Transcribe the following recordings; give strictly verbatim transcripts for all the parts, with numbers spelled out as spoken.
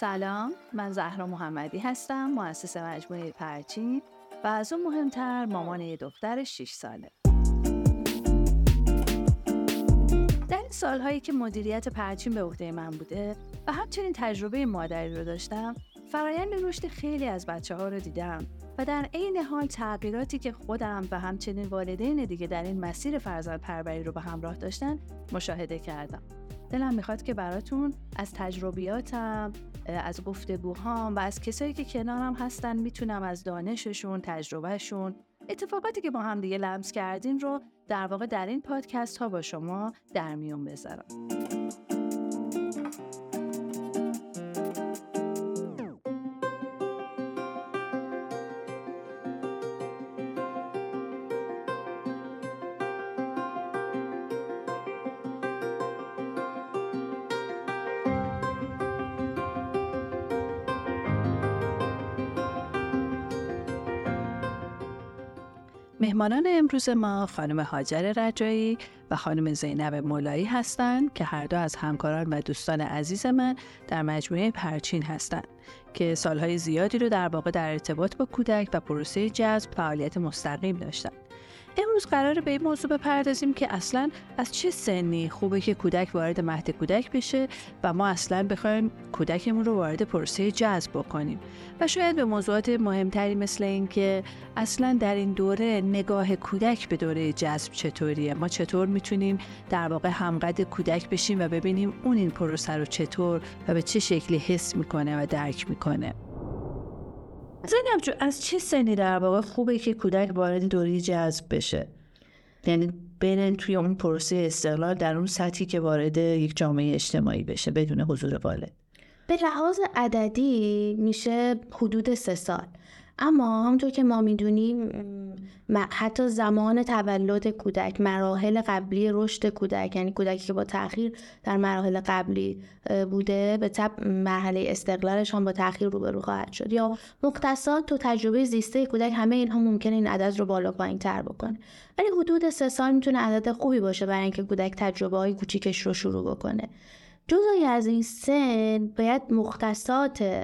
سلام، من زهرا محمدی هستم، مؤسس مجموعه پرچین و از اون مهمتر مامان یه دختر شش ساله. در این سالهایی که مدیریت پرچین به عهده من بوده و همچنین تجربه مادری رو داشتم، فرایند رشد خیلی از بچه‌ها رو دیدم و در عین حال تغییراتی که خودم و همچنین والدین دیگه در این مسیر فرزند پروری رو به همراه داشتن مشاهده کردم. دلم میخواد که براتون از تجربیاتم، از گفتگوهام و از کسایی که کنارم هستن میتونم از دانششون، تجربهشون، اتفاقاتی که با هم دیگه لمس کردیم رو در واقع در این پادکست ها با شما در میون بذارم. مهمانان امروز ما خانم هاجر رجایی و خانم زینب مولایی هستند که هر دو از همکاران و دوستان عزیز من در مجموعه پرچین هستند که سالهای زیادی رو در واقع در ارتباط با کودک و پروسه جذب فعالیت مستقیم داشتند. امروز قراره به این موضوع بپردازیم که اصلاً از چه سنی خوبه که کودک وارد مهد کودک بشه و ما اصلاً بخوایم کودکمون رو وارد پروسه جذب بکنیم و شاید به موضوعات مهمتری مثل این که اصلاً در این دوره نگاه کودک به دوره جذب چطوریه، ما چطور میتونیم در واقع همقد کودک بشیم و ببینیم اون این پروسه رو چطور و به چه شکلی حس میکنه و درک میکنه. زینب جو، از چه سنی در واقع خوبه که کودک وارد دوره جذب بشه؟ یعنی برن توی اون پروسه استقلال در اون سطحی که وارد یک جامعه اجتماعی بشه بدون حضور والد. به لحاظ عددی میشه حدود سه سال، اما همونطور که ما میدونیم حتی زمان تولد کودک، مراحل قبلی رشد کودک، یعنی کودکی که با تأخیر در مراحل قبلی بوده به تبع مرحله استقلالش هم با تأخیر روبرو خواهد شد. یا مختصات و تجربه زیسته کودک، همه اینها ممکنه این عدد رو بالا پایین تر بکنه، ولی حدود سه سال میتونه عدد خوبی باشه برای اینکه کودک تجربه های کوچیکش رو شروع بکنه. جدای از این سن باید مختصات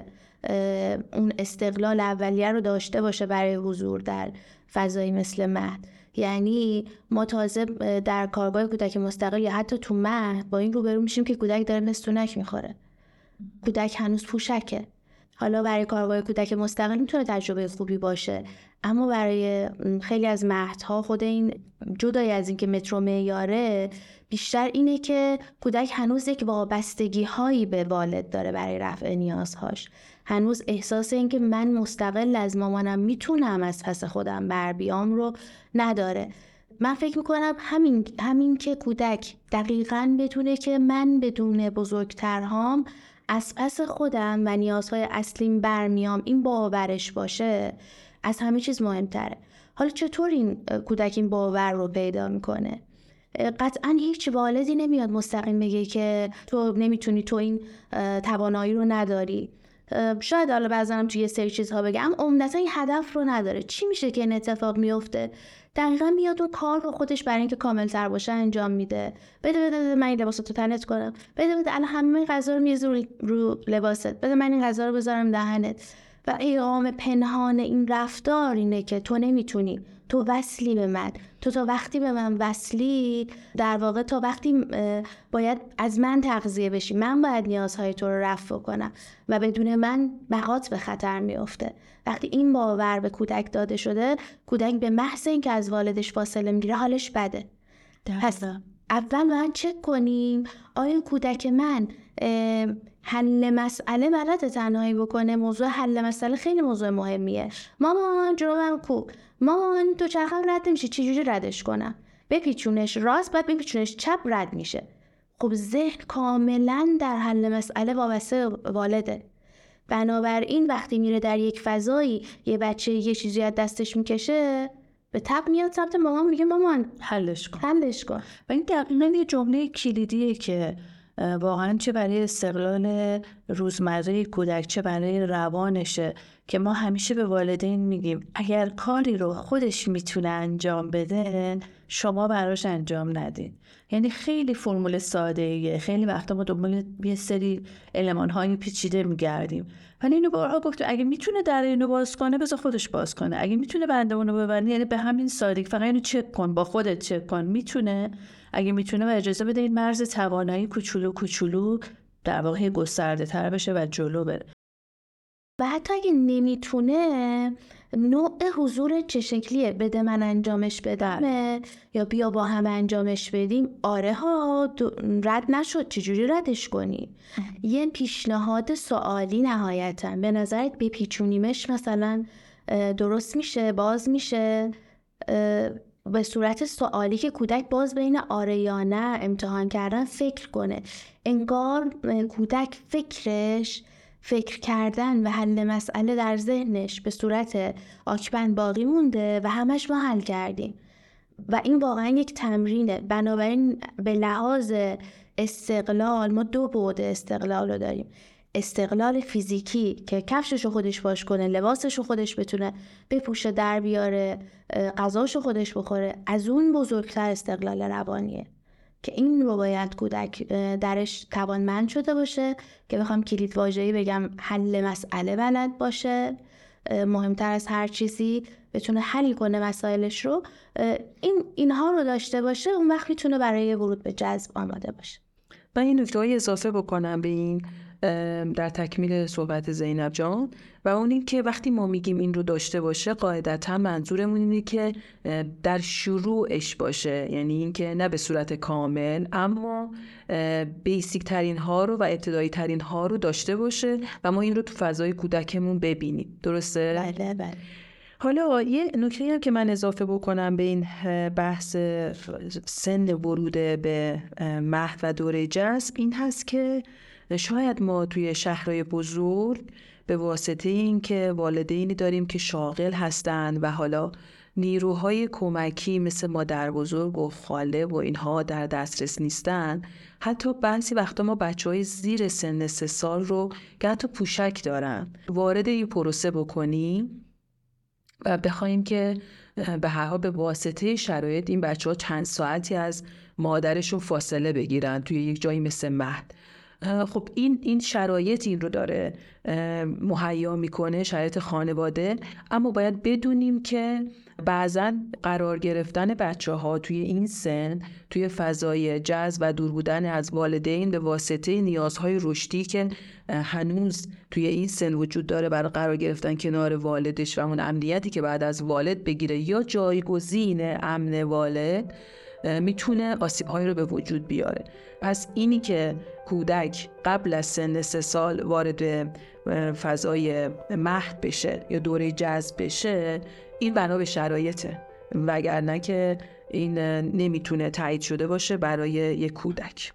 اون استقلال اولیه رو داشته باشه برای حضور در فضایی مثل مهد. یعنی ما تازه در کارگاه کودک مستقل یا حتی تو مهد با این روبرو میشیم که کودک داره مستونک میخوره، کودک هنوز پوشکه. حالا برای کارگاه کودک مستقل میتونه تجربه خوبی باشه، اما برای خیلی از مهدها خود این جدای از این که متر معیاره، بیشتر اینه که کودک هنوز یک وابستگی هایی به والد داره برای رفع نیازهاش، هنوز احساس این که من مستقل از مامانم میتونم از پس خودم بر بیام رو نداره. من فکر میکنم همین همین که کودک دقیقاً بتونه که من بدون بزرگترهام از پس خودم و نیازهای اصلیم برمیام، این باورش باشه، از همه چیز مهمتره. حالا چطور این کودک این باور رو پیدا میکنه؟ قطعاً هیچ والدی نمیاد مستقیم بگه که تو نمیتونی، تو این توانایی رو نداری. شاید حالا بعضا توی یه سری چیزها بگم، عمدتاً این هدف رو نداره. چی میشه که این اتفاق میفته؟ دقیقاً میاد اون کار رو خودش برای اینکه کامل‌تر باشه انجام میده. بده بده, بده من این لباساتو تنت کنم، بده بده الان همه غذا رو میذاری رو لباست، بده من این غذا رو بذارم دهنت. و ایقام پنهان این رفتار اینه که تو نمیتونی، تو وصلی به من، تو تا وقتی به من وصلی، در واقع تا وقتی باید از من تغذیه بشی، من باید نیازهای تو رو رفع کنم و بدون من بقات به خطر میفته. وقتی این باور به کودک داده شده، کودک به محض اینکه از والدش فاصله میگیره حالش بده. پس اول باید چک کنیم آیا کودک من حل مسئله بلده تنهایی بکنه. موضوع حل مسئله خیلی موضوع مهمیه. مامان جلوم کو، مامان تو چرخ رد نمیشه، چجوری ردش کنم؟ بپیچونش راست، بعد بپیچونش چپ، رد میشه. خب ذهن کاملا در حل مسئله وابسته والده. بنابراین وقتی میره در یک فضایی یه بچه یه چیزی از دستش میکشه، به تپ میاد سمت مامان، میگه مامان حلش کن حلش کن. و این دقیقاً یه جمله کلیدیه که واقعاً چه برای استقلال روزمره کودک، چه برای روانشه، که ما همیشه به والدین میگیم اگر کاری رو خودش میتونه انجام بده شما براش انجام ندین. یعنی خیلی فرمول ساده ایه، خیلی وقتا ما دنبال یه سری المان‌های پیچیده میگردیم، ولی اینو بارها گفتم اگه میتونه در اینو باز کنه بذار خودش باز کنه، اگه میتونه بنده اونو ببنده، یعنی به همین سادگی فقط اینو چک کن، با خودت چک کن میتونه، اگه میتونه و اجازه بده این مرز توانایی کوچولو کوچولو در واقع گسترده تر بشه و جلو بره. و حتی اگه نمیتونه، نوع حضور چه شکلیه؟ بده من انجامش بدم یا بیا با هم انجامش بدیم؟ آره ها، رد نشد، چجوری ردش کنی؟ یه پیشنهاد سوالی نهایتا به نظرت بپیچونیمش مثلا درست میشه، باز میشه به صورت سوالی که کودک باز بین آره یا نه امتحان کردن فکر کنه. انگار کودک فکرش فکر کردن و حل مسئله در ذهنش به صورت آکبند باقی مونده و همش ما حل کردیم و این واقعا یک تمرینه. بنابراین به لحاظ استقلال ما دو بعد استقلال رو داریم: استقلال فیزیکی که کفششو خودش پاش کنه، لباسشو خودش بتونه بپوشه، در بیاره، غذاشو خودش بخوره. از اون بزرگتر استقلال روانیه که این رو باید کودک درش توانمند شده باشه که بخوام کلید واژه‌ای بگم حل مسئله بلد باشه، مهمتر از هر چیزی بتونه حل کنه مسائلش رو. این اینها رو داشته باشه، اون وقت میتونه برای ورود به جذب آماده باشه. من این نکته‌ای اضافه بکنم به این در تکمیل صحبت زینب جان، و اون این که وقتی ما میگیم این رو داشته باشه قاعدتا منظورمون اینه که در شروعش باشه، یعنی این که نه به صورت کامل اما بیسیک ترین ها رو و ابتدایی ترین ها رو داشته باشه و ما این رو تو فضای کودکمون ببینیم. درسته؟ بله بله. حالا یه نکته هم که من اضافه بکنم به این بحث سن ورود به مهد و دوره جذب این هست که شاید ما توی شهرهای بزرگ به واسطه این که والدینی داریم که شاغل هستن و حالا نیروهای کمکی مثل مادر بزرگ و خاله و اینها در دسترس نیستن، حتی بعضی وقتا ما بچهای زیر سن سه سال رو که حتی پوشک دارن وارد این پروسه بکنیم و بخوایم که به هر حال به واسطه شرایط این بچه‌ها چند ساعتی از مادرشون فاصله بگیرن توی یک جایی مثل مهد. خب این این شرایط این رو داره مهیا میکنه، شرایط خانواده، اما باید بدونیم که بعضا قرار گرفتن بچه ها توی این سن توی فضای جذب و دور بودن از والدین به واسطه نیازهای رشدی که هنوز توی این سن وجود داره برای قرار گرفتن کنار والدش و اون امنیتی که بعد از والد بگیره یا جایگزین امن والد میتونه آسیب‌هایی رو به وجود بیاره. پس اینی که کودک قبل از سن سه سال وارد فضای مهد بشه یا دوره جذب بشه این بنا به شرایطه، وگرنه که این نمیتونه تایید شده باشه برای یک کودک.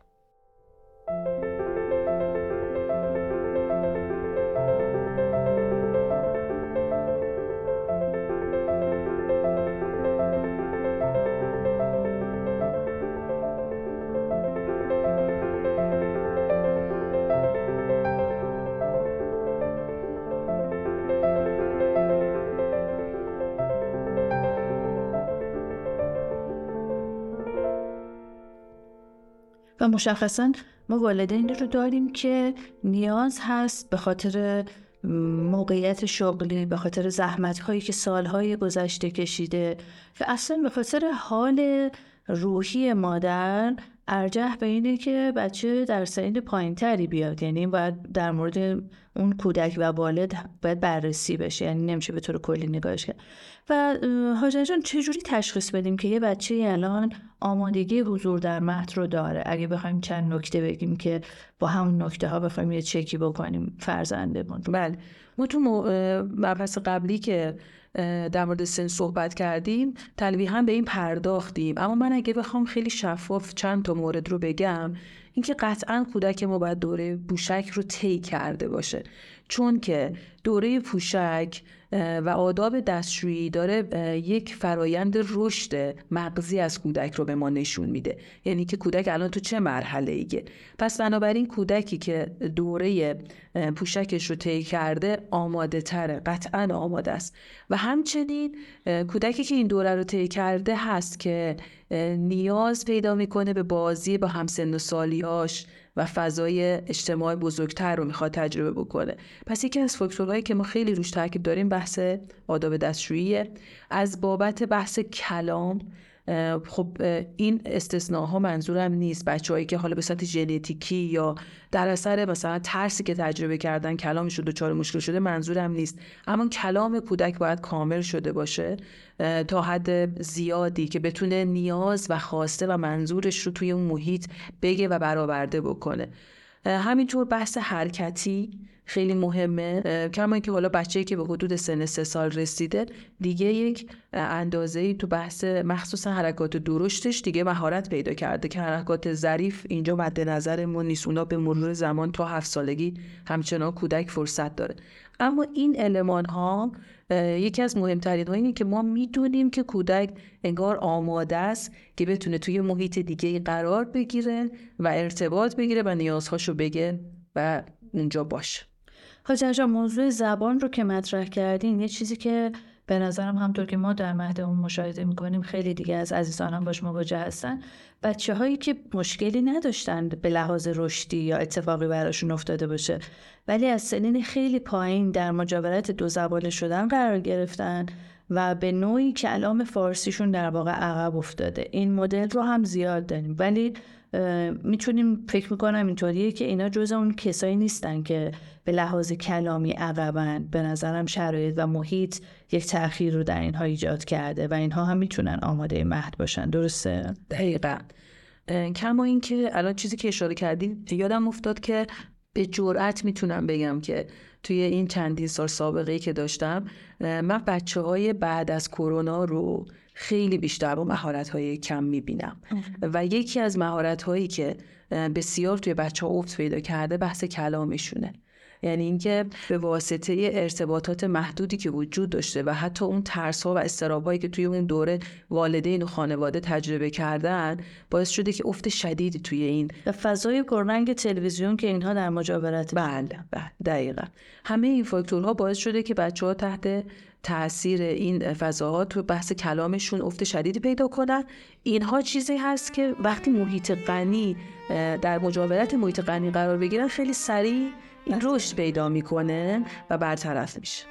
و مشخصاً ما والدین رو داریم که نیاز هست به خاطر موقعیت شغلی، به خاطر زحمت‌هایی که سالهای گذشته کشیده و اصلا به خاطر حال روحی مادر ارجح به اینه که بچه در سن پایین‌تری بیاد. یعنی باید در مورد اون کودک و والد باید بررسی بشه، یعنی نمیشه به طور کلی نگاهش کرد. و حاجی جان چجوری تشخیص بدیم که یه بچه الان آمادگی حضور در مهد رو داره؟ اگه بخوایم چند نکته بگیم که با همون نکته ها بخوایم یه چکی بکنیم فرزندمون. بله، ما تو مبحث قبلی که در مورد سن صحبت کردیم تلویحاً به این پرداختیم، اما من اگه بخوام خیلی شفاف چند تا مورد رو بگم، اینکه قطعاً کودک ما باید دوره پوشک رو طی کرده باشه، چون که دوره پوشک و آداب دستشویی داره یک فرایند رشد مغزی از کودک رو به ما نشون میده، یعنی که کودک الان تو چه مرحله ایه. پس بنابراین کودکی که دوره پوشکش رو طی کرده آماده تره، قطعا آماده است. و همچنین کودکی که این دوره رو طی کرده هست که نیاز پیدا میکنه به بازی با همسن و سالیاش و فضای اجتماعی بزرگتر رو میخواد تجربه بکنه. پس یکی از فاکتورهایی که ما خیلی روش تاکید داریم بحث آداب دستشویی. از بابت بحث کلام، خب این استثناها منظورم نیست بچه‌هایی که حالا به صورت ژنتیکی یا در اثر مثلا ترسی که تجربه کردن کلامشون دچار مشکل شده، منظورم نیست، اما کلام کودک باید کامل شده باشه تا حد زیادی که بتونه نیاز و خواسته و منظورش رو توی اون محیط بگه و برآورده بکنه. همینطور بحث حرکتی خیلی مهمه، کما اینکه حالا بچه‌ای که به حدود سن سه سال رسیده دیگه یک اندازه‌ای تو بحث مخصوصا حرکات درشتش دیگه مهارت پیدا کرده که حرکات ظریف اینجا مد نظرمون نیست، اونا به مرور زمان تا هفت سالگی همچنان کودک فرصت داره. اما این المان ها یکی از مهمترین ها اینه که ما میدونیم که کودک انگار آماده است که بتونه توی محیط دیگه قرار بگیره و ارتباط بگیره و نیازهاشو بگه و اونجا باشه. حاج انجام، موضوع زبان رو که مطرح کردین، یه چیزی که به نظرم همطور که ما در مهد اون مشاهده میکنیم خیلی دیگه از عزیزان هم باش مواجه هستن، بچه هایی که مشکلی نداشتن به لحاظ رشدی یا اتفاقی براشون افتاده باشه ولی از سنین خیلی پایین در مجاورت دو زبانه شدن قرار گرفتن و به نوعی کلام فارسیشون در واقع عقب افتاده. این مدل رو هم زیاد داریم، ولی میتونیم فکر میکنم اینطوریه که اینا جز اون کسایی نیستن که به لحاظ کلامی عقبن. به نظرم شرایط و محیط یک تأخیر رو در اینها ایجاد کرده و اینها هم میتونن آماده مهد باشن. درسته؟ دقیقاً. کما این که الان چیزی که اشاره کردین یادم افتاد که به جرئت میتونم بگم که توی این چندین سال سابقه‌ای که داشتم، من بچه‌های بعد از کرونا رو خیلی بیشتر با مهارت‌های کم می‌بینم و یکی از مهارت‌هایی که بسیار توی بچه‌ها افت پیدا کرده بحث کلامشونه. یعنی اینکه به واسطه ارتباطات محدودی که وجود داشته و حتی اون ترس‌ها و اضطرابایی که توی اون دوره والدین و خانواده تجربه کردن باعث شده که افت شدیدی توی این و فضای پررنگ تلویزیون که اینها در مجاورت. بله بله دقیقاً. همه این فاکتورها باعث شده که بچه‌ها تحت تأثیر این فضاها تو بحث کلامشون افت شدیدی پیدا کنن. اینها چیزی هست که وقتی محیط غنی در مجاورت محیط غنی قرار بگیرن خیلی سریع این رشد پیدا میکنه و برطرف میشه.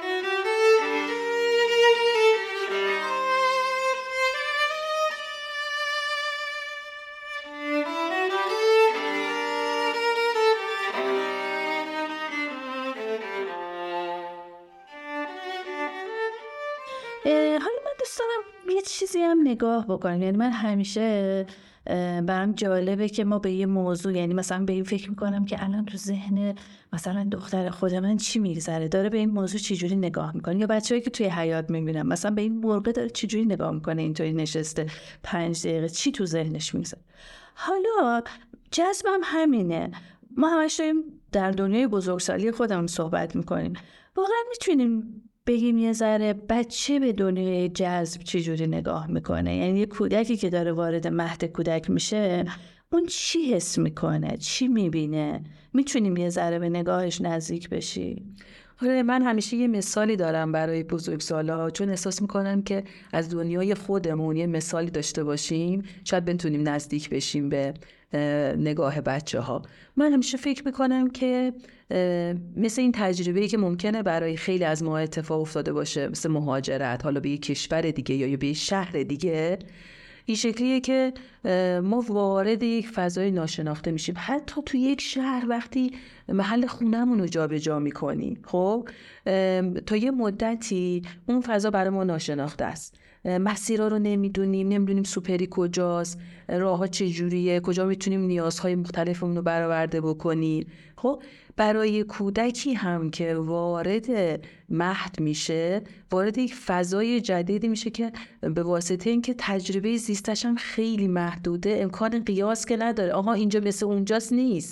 حالا من دوست دارم یه چیزی هم نگاه بکنیم. یعنی من همیشه برام جالبه که ما به یه موضوع، یعنی مثلا به این فکر میکنم که الان تو ذهن مثلا دختر خود من چی میگذره، داره به این موضوع چی جوری نگاه میکنه، یا بچه‌ای که توی حیاط میبینم مثلا به این مرغ داره چی جوری نگاه میکنه، اینطوری نشسته پنج دقیقه چی تو ذهنش میگذره. حالا جذبم همینه، ما همش داریم در دنیای بزرگسالی خودمون صحبت میکنیم، واقعا میتونیم بگیم یه ذره بچه به دنیای جذب چجوری نگاه میکنه؟ یعنی یه کودکی که داره وارد مهد کودک میشه اون چی حس میکنه، چی میبینه؟ میتونیم یه ذره به نگاهش نزدیک بشی؟ آره، من همیشه یه مثالی دارم برای بزرگسالا، چون احساس میکنم که از دنیای خودمون یه مثالی داشته باشیم شاید بتونیم نزدیک بشیم به نگاه بچه ها. من همیشه فکر میکنم که مثل این تجربه‌ای که ممکنه برای خیلی از ما اتفاق افتاده باشه، مثل مهاجرت حالا به یک کشور دیگه یا به یک شهر دیگه، این شکلیه که ما وارد یک فضای ناشناخته میشیم. حتی تو یک شهر وقتی محل خونمون رو جا به جا میکنیم، خب تا یه مدتی اون فضا برای ما ناشناخته است، مسیرها رو نمیدونیم، نمیدونیم سوپری کجاست، راهها چجوریه، کجا میتونیم نیازهای مختلفمون رو برآورده بکنیم. خب برای کودکی هم که وارد مهد میشه، وارد یک فضای جدیدی میشه که به واسطه اینکه تجربه زیستش هم خیلی محدوده، امکان قیاس که نداره، آها اینجا مثل اونجاست نیست،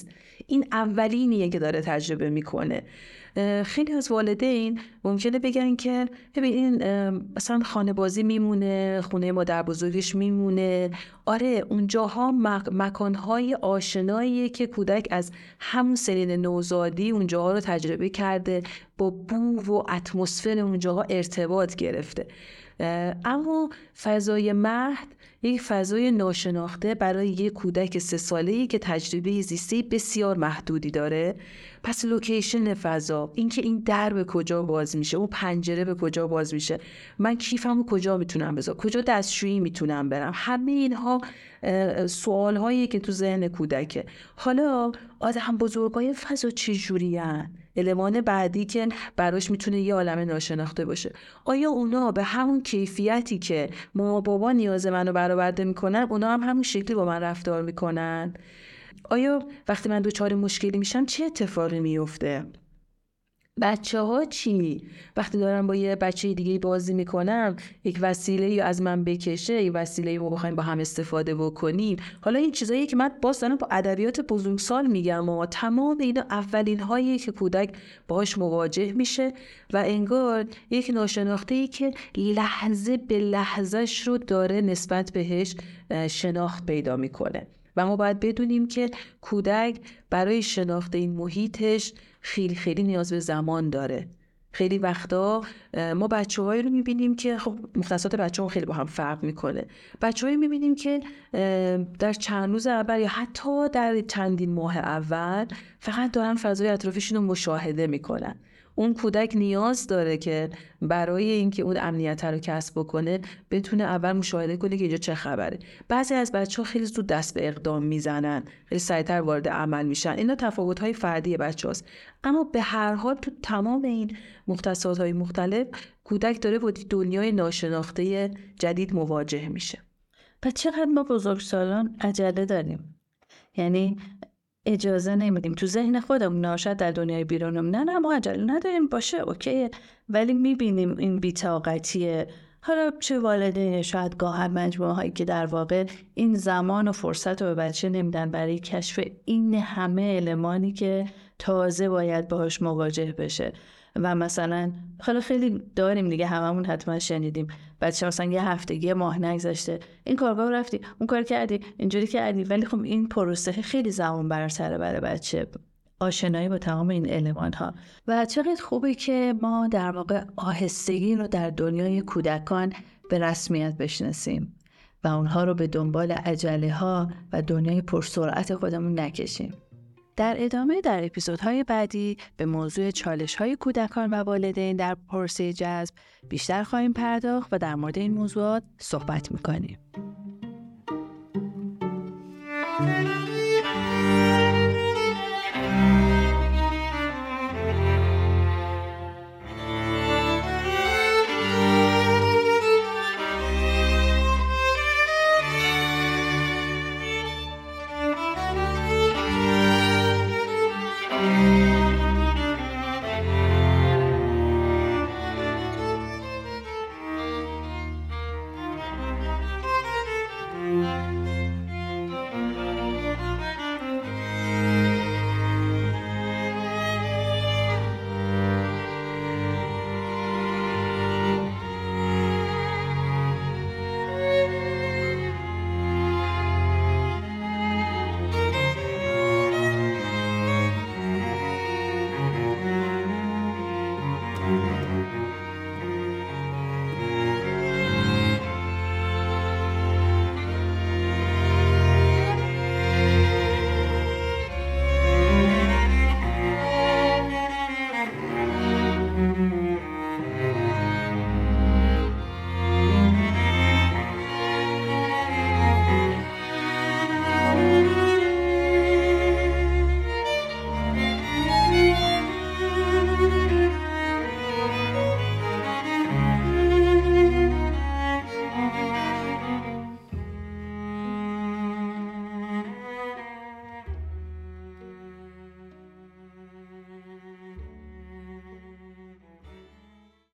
این اولینیه که داره تجربه میکنه. خیلی از والدین ممکنه بگن که ببین این مثلا خانه بازی میمونه، خونه مادر بزرگش میمونه. آره اونجاها مکانهای آشناییه که کودک از همون سنین نوزادی اونجاها رو تجربه کرده، با بو و اتمسفر اونجاها ارتباط گرفته. اما فضای مهد یک فضای ناشناخته برای یک کودک سه ساله‌ای که تجربه زیستی بسیار محدودی داره. پس لوکیشن فضا، اینکه این در به کجا باز میشه، اون پنجره به کجا باز میشه، من کیفمو کجا میتونم بذارم، کجا دستشویی میتونم برم، همه اینها سوال هایی که تو ذهن کودکه. حالا آدم بزرگای فضا چجوریان؟ المان بعدی که براش میتونه یه عالم ناشناخته باشه. آیا اونا به همون کیفیتی که مامان بابا نیاز منو برآورده میکنن، اونا هم همون شکلی با من رفتار میکنن؟ آیا وقتی من دوچار مشکلی میشم چه اتفاقی میفته؟ بچه ها چی؟ وقتی دارم با یه بچه دیگه بازی میکنم، یک وسیله یا از من بکشه، یک وسیله رو بخوایم با هم استفاده بکنیم. حالا این چیزایی که من باز دارم با ادبیات بزرگسال میگم، اما تمام اینا اولین هایی که کودک باهاش مواجه میشه و انگار یک ناشناخته‌ای که لحظه به لحظهش رو داره نسبت بهش شناخت پیدا میکنه. و ما باید بدونیم که کودک برای شناخت این محیطش خیلی خیلی نیاز به زمان داره. خیلی وقتا ما بچه‌هایی رو می‌بینیم که خب مختصات بچه‌ها خیلی با هم فرق می‌کنه. بچه‌هایی می‌بینیم که در چند روز اول یا حتی در چندین ماه اول فقط دارن فضای اطرافشون رو مشاهده می‌کنن. اون کودک نیاز داره که برای اینکه اون امنیت رو کسب بکنه بتونه اول مشاهده کنه که اینجا چه خبره. بعضی از بچه‌ها خیلی زود دست به اقدام میزنن، خیلی سریعتر وارد عمل میشن. اینا تفاوت‌های فردی بچه‌هاست. اما به هر حال تو تمام این مختصات‌های مختلف کودک داره با دنیای ناشناخته جدید مواجه میشه. پس چقدر ما بزرگسالان عجله داریم؟ یعنی اجازه نمیدیم تو ذهن خودمون، ناشد در دنیای بیرونم نه نه ما عجله نداریم باشه اوکی، ولی میبینیم این بی‌طاقتیه. حالا چه والدین شاید گاهن مجموعه هایی که در واقع این زمان و فرصت رو به بچه نمیدن برای کشف این همه المانی که تازه باید باهاش مواجه بشه. و مثلا خیلی خیلی داریم دیگه، هممون حتما شنیدیم بچه مثلا یه هفتگی یه ماه نگذشته این کارگاه رفتی اون کار کردی اینجوری کردی، ولی خب این پروسه خیلی زمان برسره برای بچه آشنایی با تمام این المان ها. و چقدر خوبه که ما در واقع آهستگی رو در دنیای کودکان به رسمیت بشناسیم و اونها رو به دنبال عجله ها و دنیای پرسرعت خودمون نکشیم. در ادامه در اپیزودهای بعدی به موضوع چالش‌های کودکان و والدین در پروسه جذب بیشتر خواهیم پرداخت و در مورد این موضوعات صحبت می‌کنیم.